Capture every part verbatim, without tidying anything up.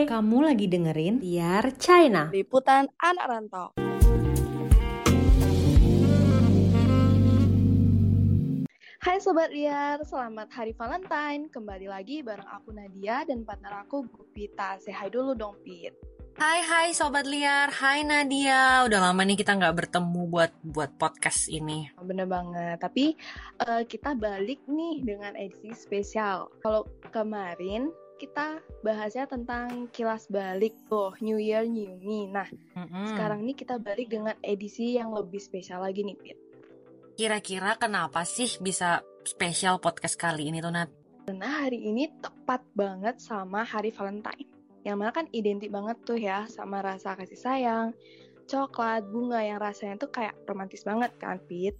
Hai, kamu lagi dengerin Biar China. Liputan Anak Rantau. Hai Sobat Liar, selamat Hari Valentine. Kembali lagi bareng aku Nadia dan partner aku Gupita. Say hi dulu dong, Pit. Hai hai Sobat Liar, hai Nadia. Udah lama nih kita nggak bertemu buat buat podcast ini. Bener banget, tapi uh, kita balik nih dengan edisi spesial. Kalau kemarin kita bahasnya tentang kilas balik tuh, New Year New Me. Nah, mm-hmm. sekarang nih kita balik dengan edisi yang lebih spesial lagi nih, Pit. Kira-kira kenapa sih bisa spesial podcast kali ini tuh, Nat? Karena hari ini tepat banget sama Hari Valentine. Yang mana kan identik banget tuh ya sama rasa kasih sayang, coklat, bunga yang rasanya tuh kayak romantis banget kan, Pit?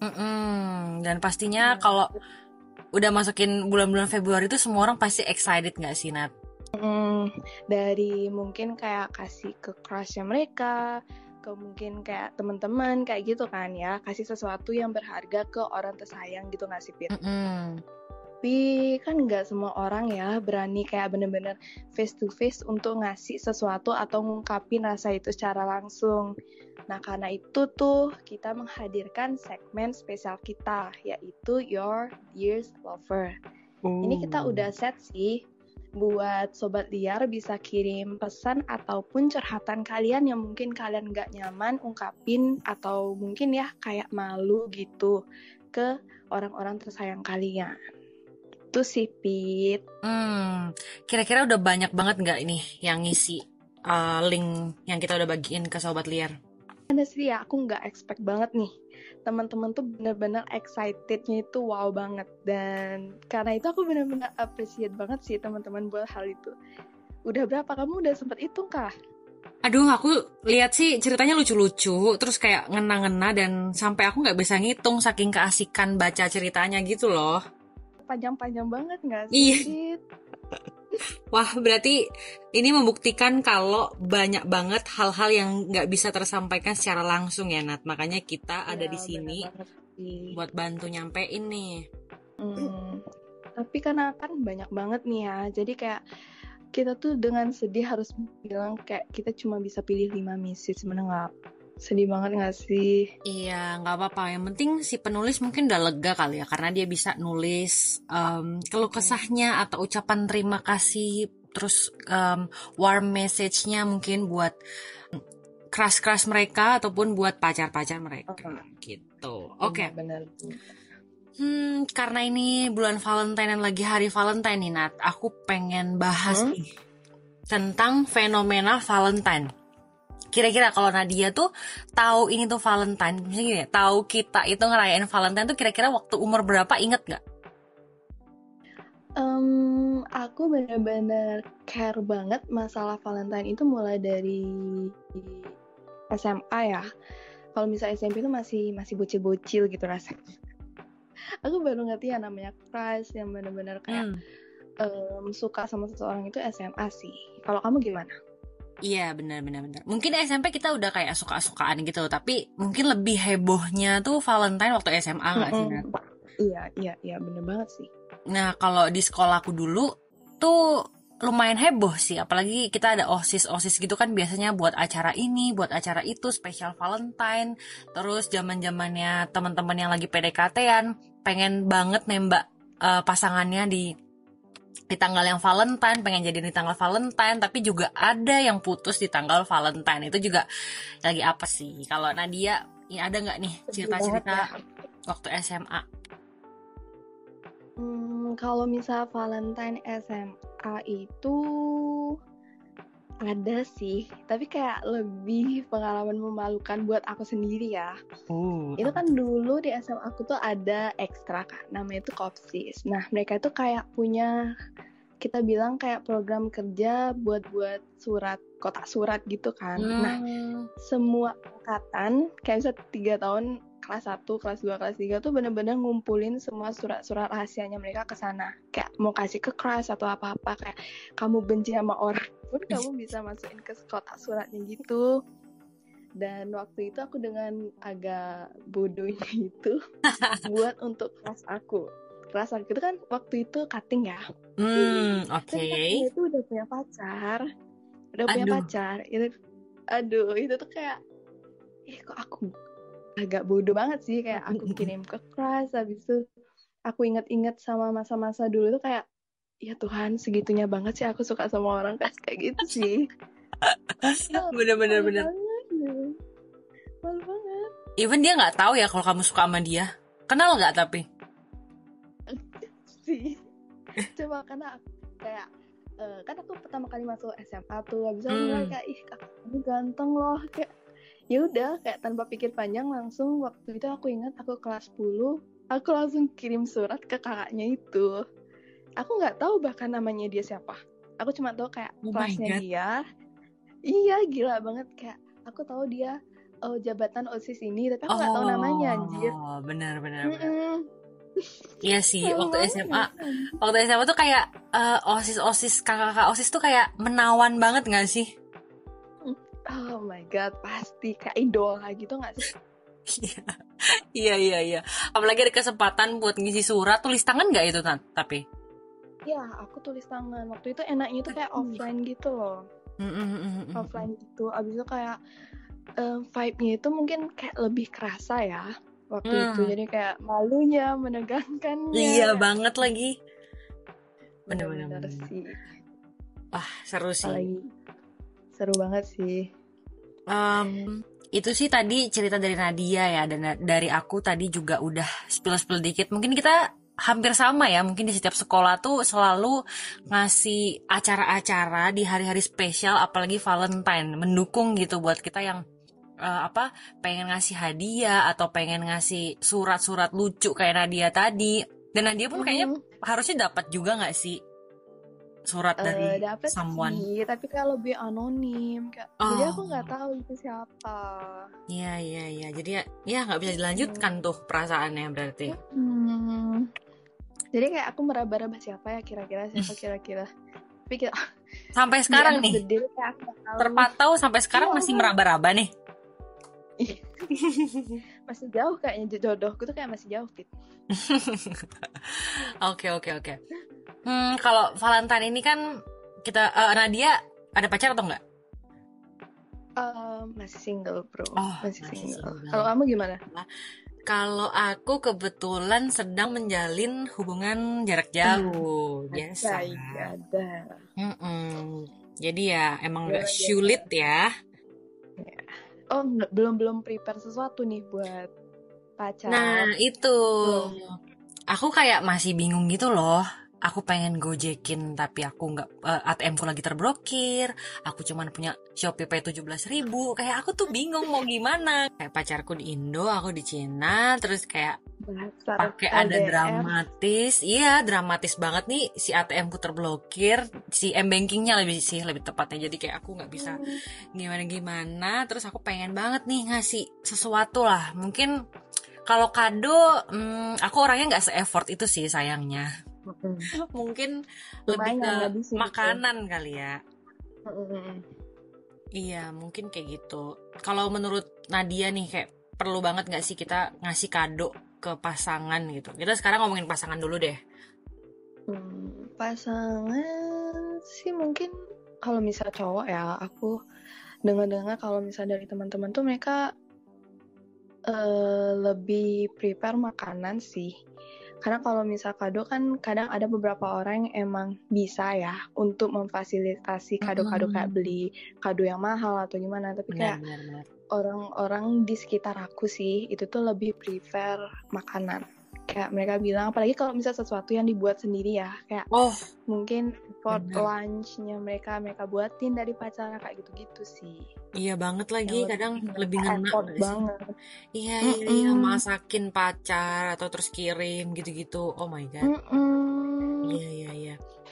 Mm-mm. Dan pastinya hmm. kalau udah masukin bulan-bulan Februari itu semua orang pasti excited gak sih, Nat? Mm, dari mungkin kayak kasih ke crush-nya mereka, ke mungkin kayak teman-teman kayak gitu kan ya, kasih sesuatu yang berharga ke orang tersayang gitu gak sih, Pit? Mm-mm. Tapi kan gak semua orang ya berani kayak bener-bener face to face untuk ngasih sesuatu atau ngungkapin rasa itu secara langsung. Nah karena itu tuh kita menghadirkan segmen spesial kita, yaitu Your Dearest Lover. Oh. Ini kita udah set sih buat Sobat Liar bisa kirim pesan ataupun curhatan kalian yang mungkin kalian gak nyaman ungkapin atau mungkin ya kayak malu gitu ke orang-orang tersayang kalian. Itu sih, Pit. Hmm, kira-kira udah banyak banget gak ini yang ngisi uh, link yang kita udah bagiin ke Sobat Liar? Honestly ya, aku gak expect banget nih. Teman-teman tuh bener-bener excitednya itu wow banget. Dan karena itu aku bener-bener appreciate banget sih teman-teman buat hal itu. Udah berapa? Kamu udah sempet hitung kah? Aduh, aku lihat sih ceritanya lucu-lucu, terus kayak ngena-ngena dan sampai aku gak bisa ngitung saking keasikan baca ceritanya gitu loh. Panjang-panjang banget gak sih? Iya. Wah, berarti ini membuktikan kalau banyak banget hal-hal yang gak bisa tersampaikan secara langsung ya, Nat. Makanya kita ya, ada di sini buat bantu nyampein nih. Hmm, tapi karena kan banyak banget nih ya, jadi kayak kita tuh dengan sedih harus bilang kayak kita cuma bisa pilih lima message. Sebenarnya gak sedih banget gak sih? Iya, gak apa-apa. Yang penting si penulis mungkin udah lega kali ya, karena dia bisa nulis um, keluh kesahnya atau ucapan terima kasih, terus um, warm message-nya mungkin buat crush-crush mereka ataupun buat pacar-pacar mereka. Okay. Gitu. Oke. Okay. Benar. Hmm, karena ini bulan Valentine dan lagi hari Valentine nih, Nat, aku pengen bahas hmm? nih tentang fenomena Valentine. Kira-kira kalau Nadia tuh tahu ini tuh Valentine, misalnya gini, tahu kita itu ngerayain Valentine tuh kira-kira waktu umur berapa, inget gak? Um, aku benar-benar care banget masalah Valentine itu mulai dari S M A ya. Kalau misalnya S M P itu masih masih bocil-bocil gitu rasanya. Aku baru ngerti yang namanya crush yang benar-benar kayak hmm. um, suka sama seseorang itu S M A sih. Kalau kamu gimana? Iya benar-benar. Mungkin S M P kita udah kayak suka-sukaan gitu, tapi mungkin lebih hebohnya tuh Valentine waktu S M A nggak sih, Nat? Iya iya iya benar banget sih. Nah kalau di sekolahku dulu tuh lumayan heboh sih, apalagi kita ada osis-osis gitu kan biasanya buat acara ini, buat acara itu, spesial Valentine. Terus zaman-zamannya teman-teman yang lagi P D K T-an pengen banget nembak uh, pasangannya di di tanggal yang Valentine, pengen jadi di tanggal Valentine, tapi juga ada yang putus di tanggal Valentine. Itu juga lagi apa sih? Kalau Nadia, ini ada nggak nih cerita-cerita waktu S M A? Hmm, kalau misal Valentine S M A itu ada sih, tapi kayak lebih pengalaman memalukan buat aku sendiri ya. Oh, itu kan dulu di S M A aku tuh ada ekstra kan, namanya itu Kopsis. Nah mereka itu kayak punya, kita bilang kayak program kerja buat-buat surat, kotak surat gitu kan. Hmm. Nah semua angkatan, kayak misalnya tiga tahun, kelas satu, kelas dua, kelas tiga tuh benar-benar ngumpulin semua surat-surat rahasianya mereka ke sana. Kayak mau kasih ke crush atau apa-apa, kayak kamu benci sama orang pun kamu bisa masukin ke kotak suratnya gitu. Dan waktu itu aku dengan agak bodohnya itu buat untuk crush aku. kelas aku itu kan waktu itu cutting ya. Hmm, oke. Tapi kan dia itu udah punya pacar, udah punya Aduh. pacar. Itu, aduh, itu tuh kayak, ih kok aku agak bodoh banget sih, kayak aku kirim ke kelas, habis itu aku inget-inget sama masa-masa dulu tuh kayak, ya Tuhan segitunya banget sih aku suka sama orang kayak gitu sih. Bener-bener Malu bener. banget, malu banget. Even dia nggak tahu ya kalau kamu suka sama dia. Kenal nggak tapi? Sih. Cuma karena kayak uh, kan aku pertama kali masuk S M A tuh, habis itu aku Hmm. mulai kayak ih kakak ini ganteng loh, kayak ya udah kayak tanpa pikir panjang langsung waktu itu aku ingat aku kelas sepuluh, aku langsung kirim surat ke kakaknya itu. Aku nggak tahu bahkan namanya dia siapa. Aku cuma tahu kayak Oh my kelasnya God. dia. Iya, gila banget, kayak aku tahu dia oh, jabatan OSIS ini, tapi aku nggak tahu namanya, anjir. Oh, benar benar benar. Mm-mm. Iya sih, Malu waktu banget. S M A, waktu S M A tuh kayak eh, osis-osis, kakak-kakak osis tuh kayak menawan banget nggak sih? Oh my god, pasti kayak idola gitu nggak sih? Iya iya iya. Apalagi ada kesempatan buat ngisi surat, tulis tangan nggak itu Tan? Tapi Ya, aku tulis tangan. Waktu itu enaknya tuh kayak offline gitu loh. Mm-mm-mm-mm. Offline gitu. Abis itu kayak um, vibe-nya itu mungkin kayak lebih kerasa ya waktu Hmm. itu. Jadi kayak malunya, menegangkannya. Iya banget lagi. Bener-bener Bener-bener. sih. Wah, seru sih. Apalagi seru banget sih. Um, itu sih tadi cerita dari Nadia ya, dan dari aku tadi juga udah spill-spill dikit. Mungkin kita hampir sama ya, mungkin di setiap sekolah tuh selalu ngasih acara-acara di hari-hari spesial, apalagi Valentine, mendukung gitu buat kita yang uh, apa pengen ngasih hadiah atau pengen ngasih surat-surat lucu kayak Nadia tadi. Dan Nadia pun kayaknya Mm-hmm. harusnya dapat juga nggak sih surat Uh, dari dapet someone? sih, tapi kalau lebih anonim. Kayak, Oh. Jadi aku nggak tahu itu siapa. Iya iya iya. Jadi ya ya nggak bisa dilanjutkan hmm. tuh perasaannya berarti. Hmm. Jadi kayak aku meraba-raba siapa ya kira-kira siapa kira-kira. Tapi kita sampai sekarang nih. Day, kayak aku tahu. Terpantau sampai sekarang iya, masih meraba-raba nih. Masih jauh kayaknya jodohku tuh kayak masih jauh Fit. Oke oke oke. Hmm kalau Valentine ini kan kita uh, Nadia ada pacar atau enggak? Uh, masih single bro. Oh, masih, masih single. single. Kalau kamu gimana? Nah, kalau aku kebetulan sedang menjalin hubungan jarak jauh, hmm, biasa. Ada. Mm-mm. Jadi ya emang nggak sulit ya. ya. Oh nggak, belum belum prepare sesuatu nih buat pacar. Nah itu, belum. Aku kayak masih bingung gitu loh. Aku pengen gojekin tapi aku nggak, uh, A T M ku lagi terblokir. Aku cuman punya Shopee Pay tujuh belas ribu. Kayak aku tuh bingung mau gimana. Kayak pacarku di Indo, aku di Cina. Terus kayak pakai ada dramatis. Iya dramatis banget nih. Si A T M ku terblokir. Si M-bankingnya lebih sih lebih tepatnya. Jadi kayak aku nggak bisa gimana-gimana. Terus aku pengen banget nih ngasih sesuatu lah. Mungkin kalau kado, hmm, aku orangnya nggak se-effort itu sih sayangnya. Hmm. Mungkin lebih ke makanan gitu. Kali ya. Hmm. Iya mungkin kayak gitu. Kalau menurut Nadia nih kayak perlu banget gak sih kita ngasih kado ke pasangan gitu. Kita sekarang ngomongin pasangan dulu deh. hmm, Pasangan sih mungkin kalau misal cowok ya, aku dengar-dengar kalau misal dari teman-teman tuh mereka uh, lebih prepare makanan sih. Karena kalau misal kado kan kadang ada beberapa orang yang emang bisa ya untuk memfasilitasi kado-kado mm-hmm. kayak beli kado yang mahal atau gimana. Tapi benar, kayak benar, benar. orang-orang di sekitar aku sih itu tuh lebih prefer makanan. Kayak mereka bilang, apalagi kalau misal sesuatu yang dibuat sendiri ya, kayak oh, mungkin for lunch-nya mereka mereka buatin dari pacarnya kayak gitu-gitu sih. Iya banget lagi, yang kadang lebih ngena banget. Iya iya iya, masakin pacar atau terus kirim gitu-gitu. Oh my god. Mm-mm. Iya iya iya.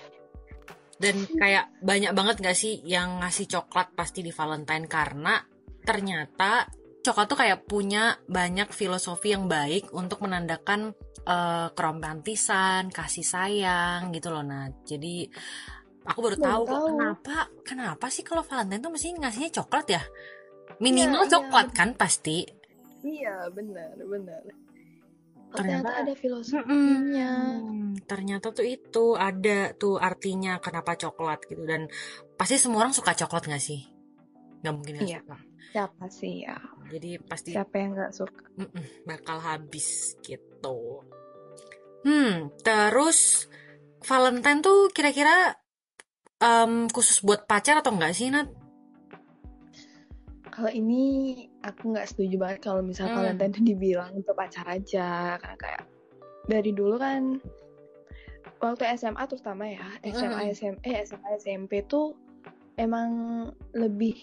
Dan kayak banyak banget gak sih yang ngasih coklat pasti di Valentine, karena ternyata coklat tuh kayak punya banyak filosofi yang baik untuk menandakan uh, keromantisan, kasih sayang gitu loh. Nah, jadi aku baru tahu, tahu kok kenapa kenapa sih kalau Valentine tuh mesti ngasihnya coklat ya? Minimal ya, coklat iya. Kan pasti. Iya, benar, benar. Oh, ternyata ternyata ada filosofinya. mm-mm, ternyata tuh itu ada tuh artinya kenapa coklat gitu. Dan pasti semua orang suka coklat gak sih? Gak mungkin gak Iya, suka. siapa sih ya? Jadi pasti Siapa yang nggak suka? mm-mm, bakal habis gitu. Hmm, terus Valentine tuh kira-kira em, khusus buat pacar atau enggak sih, Nat? Kalau ini aku nggak setuju banget kalau misal Hmm. Valentine itu dibilang untuk pacar aja, karena kayak dari dulu kan waktu S M A terutama ya, S M A Mm-mm. S M eh S M A S M P tuh emang lebih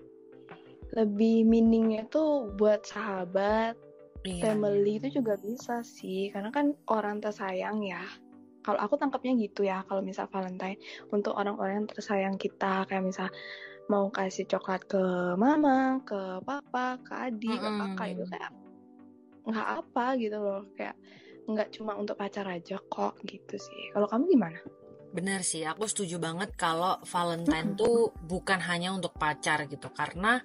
lebih meaningnya tuh buat sahabat, Iya, iya. family itu juga bisa sih, karena kan orang tersayang ya. Kalau aku tangkapnya gitu ya, kalau misal Valentine untuk orang-orang yang tersayang kita, kayak misal mau kasih coklat ke mama, ke papa, ke adik, ke kakak, itu Mm-mm. kayak nggak apa gitu loh, kayak nggak cuma untuk pacar aja kok gitu sih. Kalau kamu gimana? Bener sih, aku setuju banget kalau Valentine Mm-mm. tuh bukan hanya untuk pacar gitu. Karena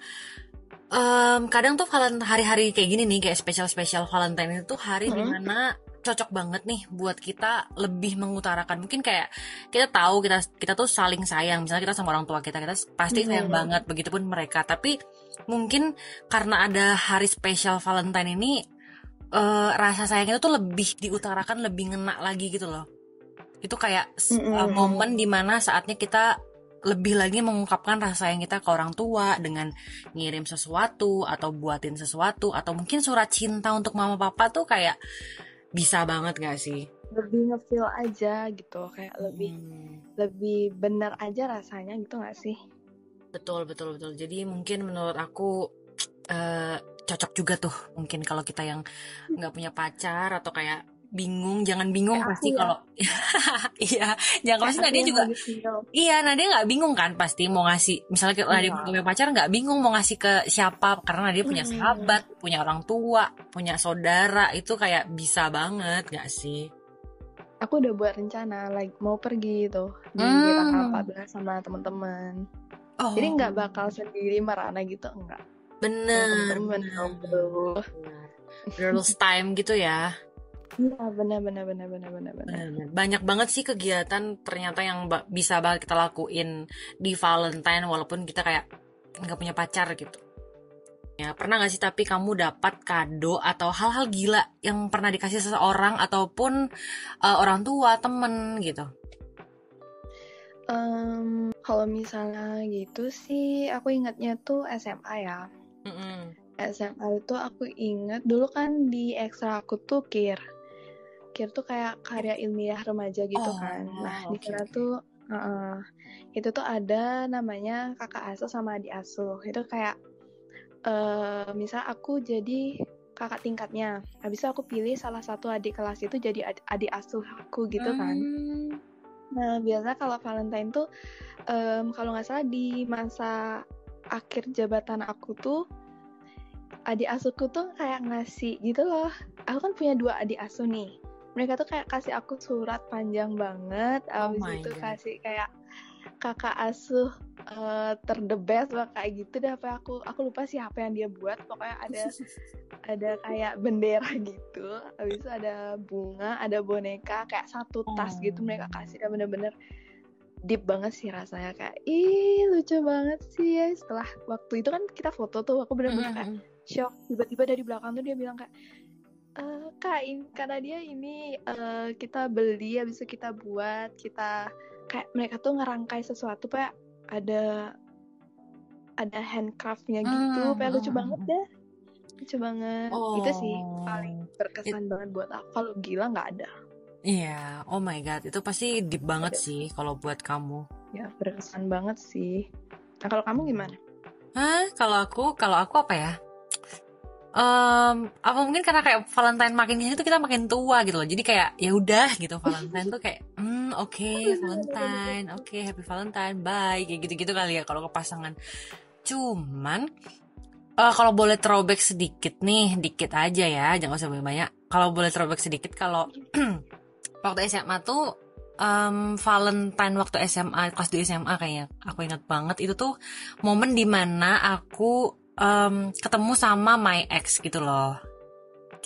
em, kadang tuh Valentine hari-hari kayak gini nih, kayak spesial-spesial Valentine itu tuh hari Mm-mm. dimana cocok banget nih buat kita lebih mengutarakan. Mungkin kayak kita tahu kita kita tuh saling sayang. Misalnya kita sama orang tua kita, kita pasti sayang Mm-mm. banget. Begitupun mereka. Tapi mungkin karena ada hari spesial Valentine ini, eh, rasa sayang itu tuh lebih diutarakan, lebih ngena lagi gitu loh. Itu kayak uh, Mm-mm. momen dimana saatnya kita lebih lagi mengungkapkan rasa sayang kita ke orang tua dengan ngirim sesuatu atau buatin sesuatu atau mungkin surat cinta untuk mama papa tuh kayak bisa banget gak sih? Lebih ngefeel aja gitu, kayak lebih Hmm, lebih benar aja rasanya gitu nggak sih? betul betul betul. Jadi mungkin menurut aku eh, cocok juga tuh mungkin kalau kita yang nggak punya pacar atau kayak bingung, jangan bingung Kayak aku pasti ya, kalau iya, jangan kayak pasti aku Nadia yang juga. lagi single. Iya, Nadia nggak bingung kan pasti mau ngasih. Misalnya kalau Nadia punya Enggak. pacar nggak bingung mau ngasih ke siapa karena Nadia punya Mm-mm. sahabat, punya orang tua, punya saudara itu kayak bisa banget nggak sih? Aku udah buat rencana like mau pergi tuh di tanggal empat Hmm. belas sama teman-teman. Jadi nggak Oh, bakal sendiri merana gitu, enggak. Sama bener, temen-temen bener, ngobrol. bener. Girls time gitu ya. Iya, benar benar benar benar benar benar. Bener-bener. Banyak banget sih kegiatan ternyata yang ba- bisa banget kita lakuin di Valentine walaupun kita kayak nggak punya pacar gitu. Ya, pernah gak sih tapi kamu dapat kado atau hal-hal gila yang pernah dikasih seseorang ataupun eh, orang tua, temen gitu? Em, kalau misalnya gitu sih, aku ingatnya tuh S M A ya. Mm-mm. S M A itu aku ingat dulu kan di ekstra aku tuh KIR. KIR tuh kayak karya ilmiah remaja gitu kan. Nah, Oh, di oke sana oke. tuh uh, itu tuh ada namanya kakak asuh sama adik asuh. Itu kayak uh, misal aku jadi kakak tingkatnya. Habis itu aku pilih salah satu adik kelas itu jadi ad- adik asuh aku gitu kan. Hmm. Nah, biasa kalau Valentine tuh um, kalau nggak salah di masa akhir jabatan aku tuh adik asuhku tuh kayak ngasih gitu loh. Aku kan punya dua adik asuh nih. Mereka tuh kayak kasih aku surat panjang banget. Oh Abis my itu god. kasih kayak kakak asuh uh, ter the best lah kayak gitu deh. Apa aku aku lupa sih apa yang dia buat. Pokoknya ada ada kayak bendera gitu. Abis itu ada bunga, ada boneka, kayak satu tas Oh. gitu mereka kasih. Dan bener-bener deep banget sih rasanya, kayak ih lucu banget sih ya. Setelah waktu itu kan kita foto tuh, aku bener-bener kayak Mm-mm. shock. Tiba-tiba dari belakang tuh dia bilang kayak e, kak ini karena dia ini uh, kita beli habis itu kita buat, kita kayak mereka tuh ngerangkai sesuatu kayak ada ada handcraftnya gitu, Mm, kayak lucu mm, banget mm. deh, lucu banget. Itu sih paling Oh. It- berkesan banget buat aku. Kalau gila nggak ada. Iya, oh my god, itu pasti deep banget Ada sih kalau buat kamu. ya, berkesan banget sih. Nah kalau kamu gimana? Hah, kalau aku, kalau aku apa ya? Em, apa mungkin karena kayak Valentine makin gini tuh kita makin tua gitu loh. Jadi kayak ya udah gitu Valentine tuh kayak hmm oke Valentine, oke Happy Valentine, bye kayak gitu-gitu kali ya kalau ke pasangan. Cuman eh, kalau boleh throwback sedikit nih, dikit aja ya, jangan usah banyak-banyak. Kalau boleh throwback sedikit kalau waktu S M A tuh em, Valentine waktu S M A kelas dua S M A kayaknya aku ingat banget itu tuh momen dimana aku em, ketemu sama my ex gitu loh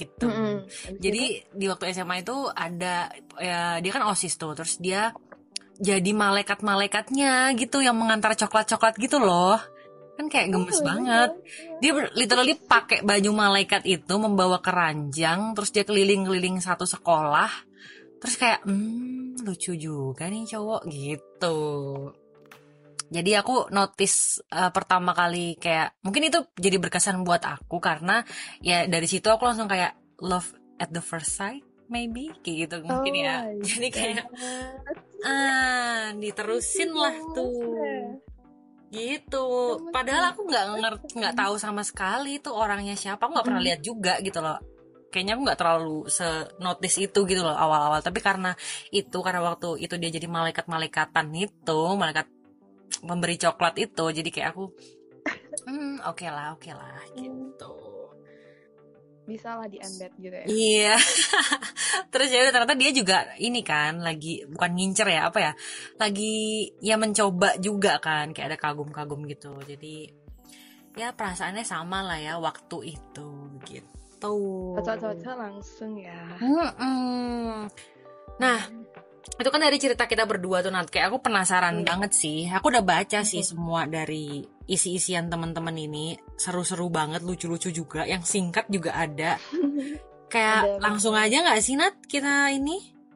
gitu. Mm-mm. Jadi di waktu S M A itu ada ya, dia kan OSIS tuh, terus dia jadi malaikat-malaikatnya gitu yang mengantar coklat-coklat gitu loh. Kan kayak gemes Oh, banget. Dia literally pakai baju malaikat itu, membawa keranjang, terus dia keliling-keliling satu sekolah. Terus kayak, hmm, lucu juga nih cowok gitu. Jadi aku notice uh, pertama kali kayak, mungkin itu jadi berkesan buat aku karena ya dari situ aku langsung kayak love at the first sight, maybe kayak gitu mungkin oh ya. my Jadi kayak, God. ah, diterusin lah tuh. Gitu. Padahal aku nggak ngerti, nggak tahu sama sekali tuh orangnya siapa. Aku nggak pernah lihat juga gitu loh. Kayaknya aku nggak terlalu se-notice itu gitu loh awal-awal. Tapi karena itu, karena waktu itu dia jadi malaikat-malaikatan itu, malaikat memberi coklat itu, jadi kayak aku, hmm, oke okay lah, oke okay lah, gitu. Bisa lah di embed gitu ya. Iya. Terus ya ternyata dia juga ini kan lagi bukan ngincer ya apa ya, lagi ya mencoba juga kan, kayak ada kagum-kagum gitu. Jadi ya perasaannya sama lah ya waktu itu gitu. Cocok-cocok langsung ya. Mm-mm. Nah itu kan dari cerita kita berdua tuh Nat, kayak aku penasaran Hmm. banget sih. Aku udah baca sih Hmm. semua dari isi-isian teman-teman ini, seru-seru banget, lucu-lucu juga, yang singkat juga ada. Kayak Ada langsung banget. aja nggak sih Nat kita ini?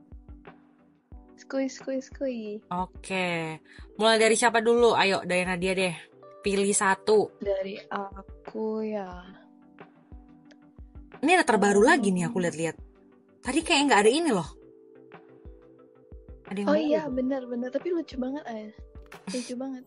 Skui, skui, skui. Oke, mulai dari siapa dulu? Ayo dari Nadia deh, pilih satu. Dari aku ya. Ini ada terbaru Hmm. lagi nih aku lihat-lihat. Tadi kayak nggak ada ini loh. Ada yang Oh baru. iya benar-benar, tapi lucu banget eh. Lucu banget.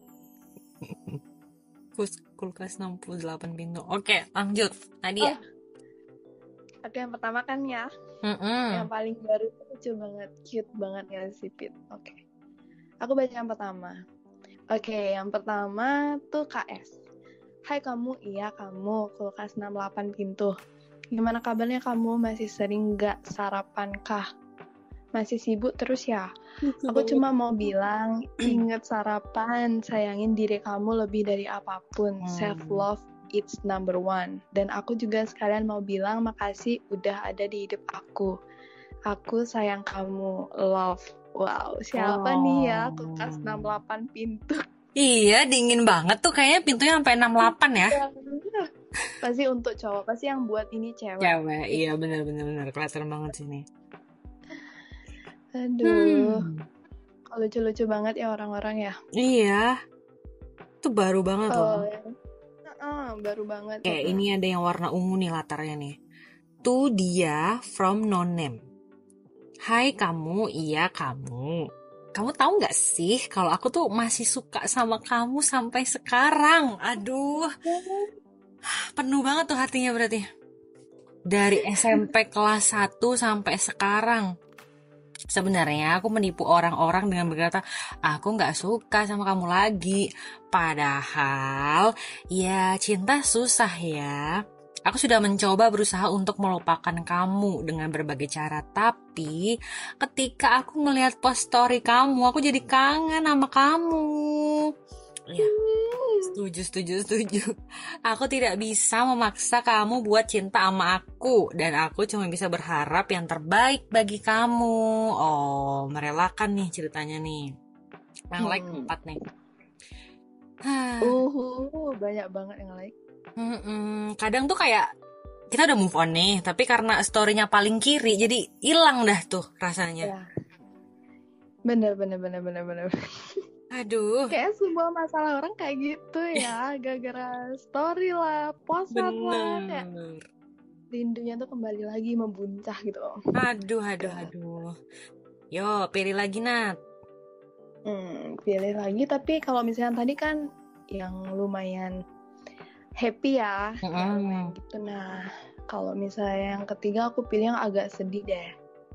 Kulkas enam puluh delapan pintu. Oke, lanjut. Nadia. Oh. Oke, yang pertama kan ya. Mm-mm. Yang paling baru tuh lucu banget, cute banget ya si Pit. Oke. Aku baca yang pertama. Oke, yang pertama tuh K S. Hai kamu, iya kamu, kulkas enam puluh delapan pintu. Gimana kabarnya kamu? Masih sering gak sarapan kah? Masih sibuk terus ya? Aku cuma mau bilang, ingat sarapan, sayangin diri kamu lebih dari apapun. Hmm. Self love it's number one. Dan aku juga sekalian mau bilang makasih udah ada di hidup aku. Aku sayang kamu, love. Wow, siapa Oh. nih ya kulkas enam puluh delapan pintu? Iya, dingin banget tuh kayaknya pintunya sampai enam puluh delapan ya. Pasti untuk cowok, pasti yang buat ini cewek. Cewek, iya benar-benar benar kelihatan banget sini. Aduh, Hmm. lucu-lucu banget ya orang-orang ya. Iya, itu baru banget loh. Oh, ya. Uh, baru banget. Kayak uh. ini ada yang warna ungu nih latarnya nih. Tuh dia from no name. Hai kamu, iya kamu. Kamu tahu nggak sih kalau aku tuh masih suka sama kamu sampai sekarang. Aduh, penuh banget tuh hatinya berarti. Dari S M P kelas satu sampai sekarang. Sebenarnya aku menipu orang-orang dengan berkata, aku nggak suka sama kamu lagi. Padahal, ya cinta susah ya. Aku sudah mencoba berusaha untuk melupakan kamu dengan berbagai cara. Tapi, ketika aku melihat post story kamu, aku jadi kangen sama kamu. Ya, setuju, setuju, setuju. Aku tidak bisa memaksa kamu buat cinta sama aku. Dan aku cuma bisa berharap yang terbaik bagi kamu. Oh, merelakan nih ceritanya nih. Yang like Hmm. empat nih. Uh, banyak banget yang like. Mm-mm. Kadang tuh kayak kita udah move on nih, tapi karena story-nya paling kiri, jadi hilang dah tuh rasanya. Ya. Bener, bener, bener, bener, bener. Aduh. Kayak sebuah masalah orang kayak gitu ya, gara-gara story lah, posan lah, kayak Bener. rindunya tuh kembali lagi membuncah gitu. Aduh, aduh, aduh. Yo, pilih lagi Nat. Hmm, pilih lagi, tapi kalau misalnya tadi kan yang lumayan happy ya, Mm-mm. yang lumayan gitu. Nah, kalau misalnya yang ketiga aku pilih yang agak sedih deh.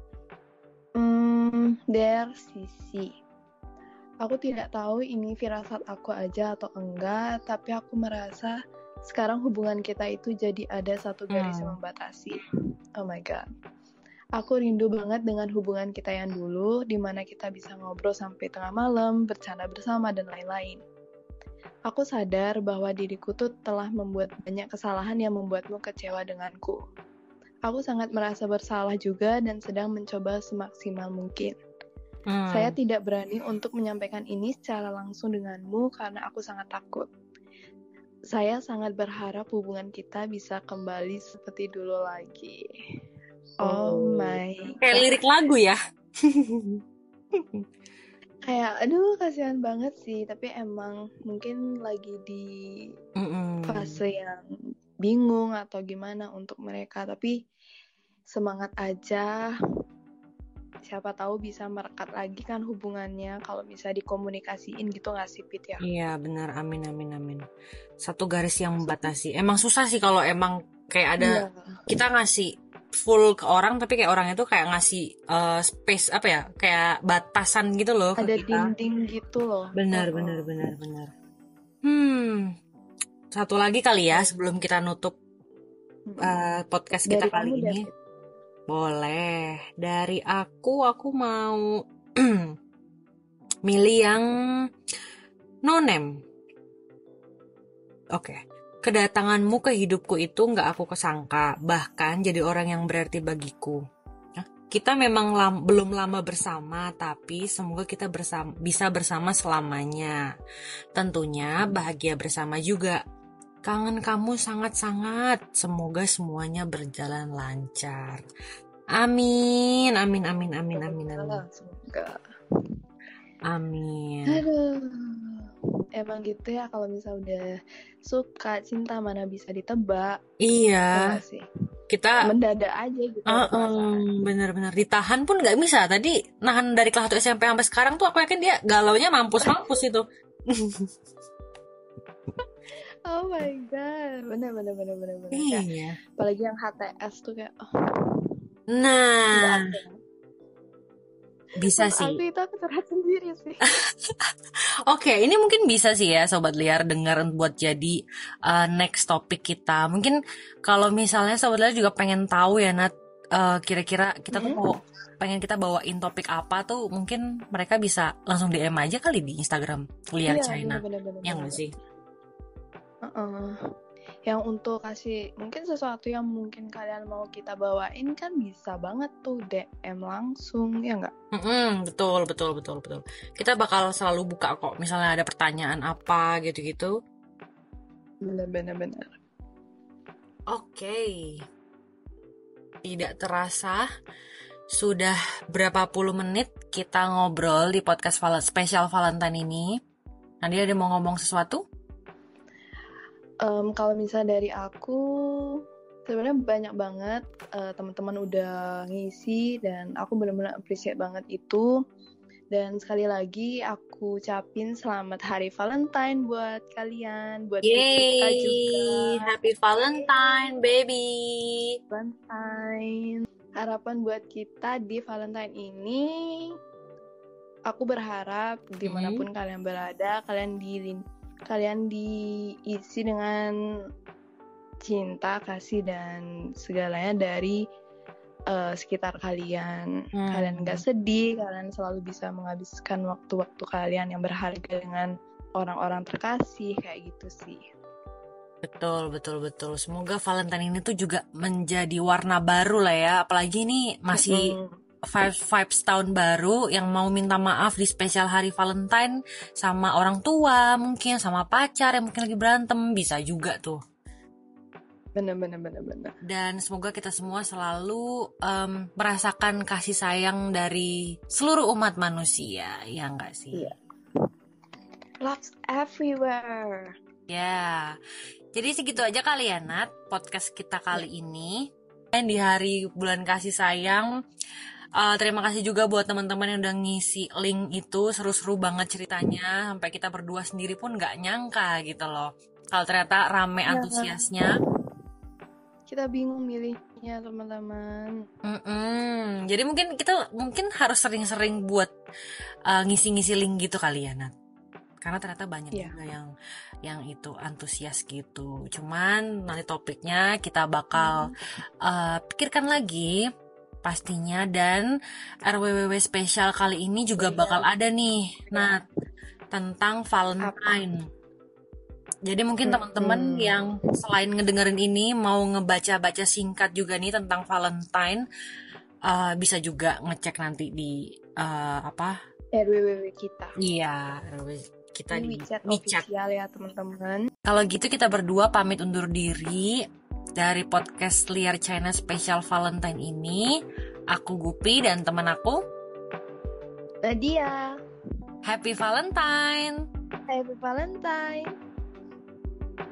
Hmm, Dear Sisi. Aku tidak tahu ini firasat aku aja atau enggak, tapi aku merasa sekarang hubungan kita itu jadi ada satu garis yang membatasi. Oh my god. Aku rindu banget dengan hubungan kita yang dulu, di mana kita bisa ngobrol sampai tengah malam, bercanda bersama, dan lain-lain. Aku sadar bahwa diriku tuh telah membuat banyak kesalahan yang membuatmu kecewa denganku. aku sangat merasa bersalah juga dan sedang mencoba semaksimal mungkin. Hmm. Saya tidak berani untuk menyampaikan ini secara langsung denganmu karena aku sangat takut. Saya sangat berharap hubungan kita bisa kembali seperti dulu lagi. Oh, oh my God. Kayak lirik lagu ya. Kayak aduh kasihan banget sih, tapi emang mungkin lagi di Mm-mm. fase yang bingung atau gimana untuk mereka, tapi semangat aja. Siapa tahu bisa merekat lagi kan hubungannya kalau bisa dikomunikasiin gitu nggak sih Pit ya? Iya benar, amin amin amin. Satu garis yang membatasi. Emang susah sih kalau emang kayak ada iya. Kita ngasih full ke orang tapi kayak orang itu kayak ngasih uh, space apa ya, kayak batasan gitu loh. Ada dinding gitu loh. Benar oh. benar benar benar. Hmm, satu lagi kali ya sebelum kita nutup uh, podcast kita dari kali ini. Dari... Boleh. Dari aku, aku mau milih yang no-name. Oke. Okay. Kedatanganmu ke hidupku itu gak aku kesangka. Bahkan jadi orang yang berarti bagiku. Nah, kita memang lam, belum lama bersama, tapi semoga kita bersama, bisa bersama selamanya. Tentunya bahagia bersama juga. Kangen kamu sangat-sangat. Semoga semuanya berjalan lancar. Amin, amin, amin, amin, amin, amin. Semoga. Amin. Aduh, emang gitu ya kalau misalnya udah suka cinta mana bisa ditebak. Iya. Sih? Kita mendadak aja gitu. Uh, um, bener-bener ditahan pun nggak bisa. Tadi nahan dari kelas satu S M P sampai sekarang tuh aku yakin dia galaunya mampus-mampus itu. Oh my god, bener bener bener bener bener. Iya. Kayak, apalagi yang H T S tuh kayak. Oh. Nah, bisa Untuk sih. aku itu aku curhat sendiri sih. Oke, okay, ini mungkin bisa sih ya Sobat Liar dengar buat jadi uh, next topik kita. Mungkin kalau misalnya Sobat Liar juga pengen tahu ya Nat, uh, kira-kira kita tuh mau pengen kita bawain topik apa tuh, mungkin mereka bisa langsung D M aja kali di Instagram Liar iya, China. Bener-bener, yang nggak sih? Uh-uh. Yang untuk kasih mungkin sesuatu yang mungkin kalian mau kita bawain kan bisa banget tuh D M langsung ya nggak? Mm-mm, betul betul betul betul. Kita bakal selalu buka kok. Misalnya ada pertanyaan apa gitu-gitu. Bener-bener bener. Oke. Okay. Tidak terasa sudah berapa puluh menit kita ngobrol di podcast val- spesial Valentine ini. Nanti ada mau ngomong sesuatu? Um, kalau misalnya dari aku sebenarnya banyak banget uh, teman-teman udah ngisi dan aku benar-benar appreciate banget itu. Dan sekali lagi aku ucapin selamat Hari Valentine buat kalian, buat kita juga. Happy Valentine, baby. Valentine. Harapan buat kita di Valentine ini, aku berharap dimanapun mm-hmm. kalian berada, kalian di kalian diisi dengan cinta, kasih dan segalanya dari uh, sekitar kalian. Hmm. Kalian gak sedih, kalian selalu bisa menghabiskan waktu-waktu kalian yang berharga dengan orang-orang terkasih, kayak gitu sih. Betul, betul, betul. Semoga Valentine ini tuh juga menjadi warna baru lah ya. Apalagi ini masih hmm. Vibes, vibes tahun baru yang mau minta maaf di spesial hari Valentine sama orang tua, mungkin sama pacar yang mungkin lagi berantem, bisa juga tuh. Bener, bener, bener, bener. Dan semoga kita semua selalu um, merasakan kasih sayang dari seluruh umat manusia, ya enggak sih? Iya. Love's everywhere. Ya, jadi segitu aja kali ya Nat, podcast kita kali ya. ini. Dan di hari bulan kasih sayang, Uh, terima kasih juga buat teman-teman yang udah ngisi link itu, seru-seru banget ceritanya, sampai kita berdua sendiri pun nggak nyangka gitu loh. Kalau ternyata rame antusiasnya. Kita bingung milihnya teman-teman. Mm-mm. Jadi mungkin kita mungkin harus sering-sering buat uh, ngisi-ngisi link gitu kali ya Nat. Karena ternyata banyak yeah. juga yang yang itu antusias gitu. Cuman nanti topiknya kita bakal hmm. uh, pikirkan lagi. Pastinya, dan R W W W spesial kali ini juga bakal ada nih, Nat, tentang Valentine. Jadi mungkin teman-teman Hmm. yang selain ngedengerin ini mau ngebaca-baca singkat juga nih tentang Valentine, uh, bisa juga ngecek nanti di uh, apa? R W W kita. Iya, kita Di di WeChat WeChat. official ya teman-teman. Kalau gitu kita berdua pamit undur diri dari podcast Liar China Special Valentine ini. Aku Gupi dan teman aku Nadia. Happy Valentine. Happy Valentine.